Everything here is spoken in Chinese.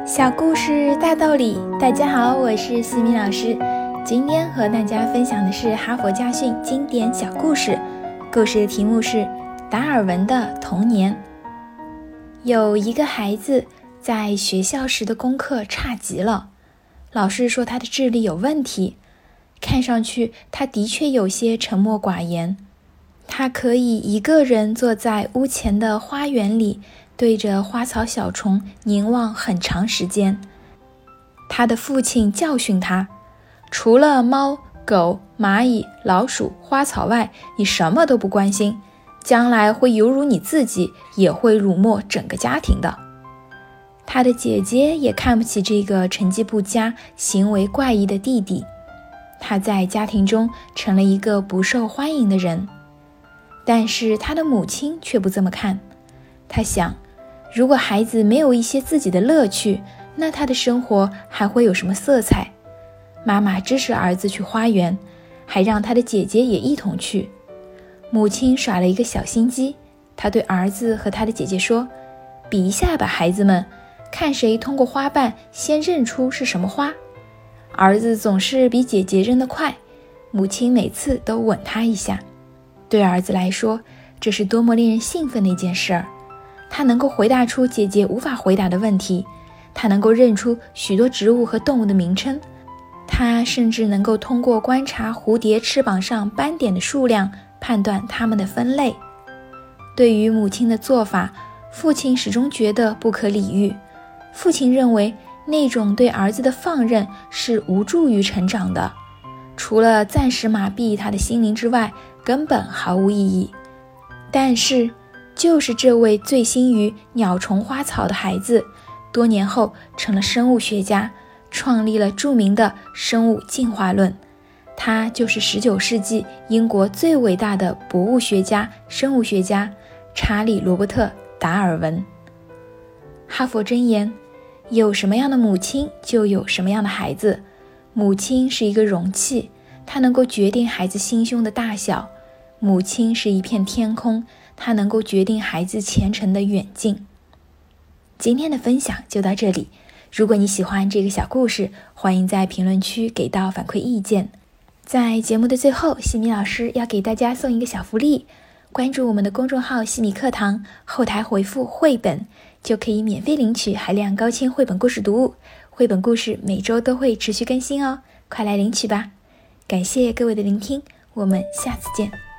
小故事大道理，大家好，我是西米老师。今天和大家分享的是哈佛家训经典小故事，故事的题目是达尔文的童年。有一个孩子在学校时的功课差极了，老师说他的智力有问题，看上去他的确有些沉默寡言。他可以一个人坐在屋前的花园里，对着花草小虫凝望很长时间。他的父亲教训他，除了猫、狗、蚂蚁、老鼠、花草外，你什么都不关心，将来会有辱你自己，也会辱没整个家庭的。他的姐姐也看不起这个成绩不佳、行为怪异的弟弟，他在家庭中成了一个不受欢迎的人。但是他的母亲却不这么看，他想，如果孩子没有一些自己的乐趣，那他的生活还会有什么色彩？妈妈支持儿子去花园，还让他的姐姐也一同去。母亲耍了一个小心机，她对儿子和他的姐姐说，比一下吧，孩子们，看谁通过花瓣先认出是什么花。儿子总是比姐姐认得快，母亲每次都吻他一下。对儿子来说，这是多么令人兴奋的一件事儿。他能够回答出姐姐无法回答的问题，他能够认出许多植物和动物的名称，他甚至能够通过观察蝴蝶翅膀上斑点的数量，判断它们的分类。对于母亲的做法，父亲始终觉得不可理喻。父亲认为那种对儿子的放任是无助于成长的，除了暂时麻痹他的心灵之外，根本毫无意义。但是就是这位醉心于鸟虫花草的孩子，多年后成了生物学家，创立了著名的生物进化论。他就是19世纪英国最伟大的博物学家、生物学家查理·罗伯特·达尔文。哈佛箴言：有什么样的母亲，就有什么样的孩子。母亲是一个容器，它能够决定孩子心胸的大小。母亲是一片天空，它能够决定孩子前程的远近。今天的分享就到这里，如果你喜欢这个小故事，欢迎在评论区给到反馈意见。在节目的最后，西米老师要给大家送一个小福利，关注我们的公众号西米课堂，后台回复绘本，就可以免费领取海量高清绘本故事读物。绘本故事每周都会持续更新哦，快来领取吧。感谢各位的聆听，我们下次见。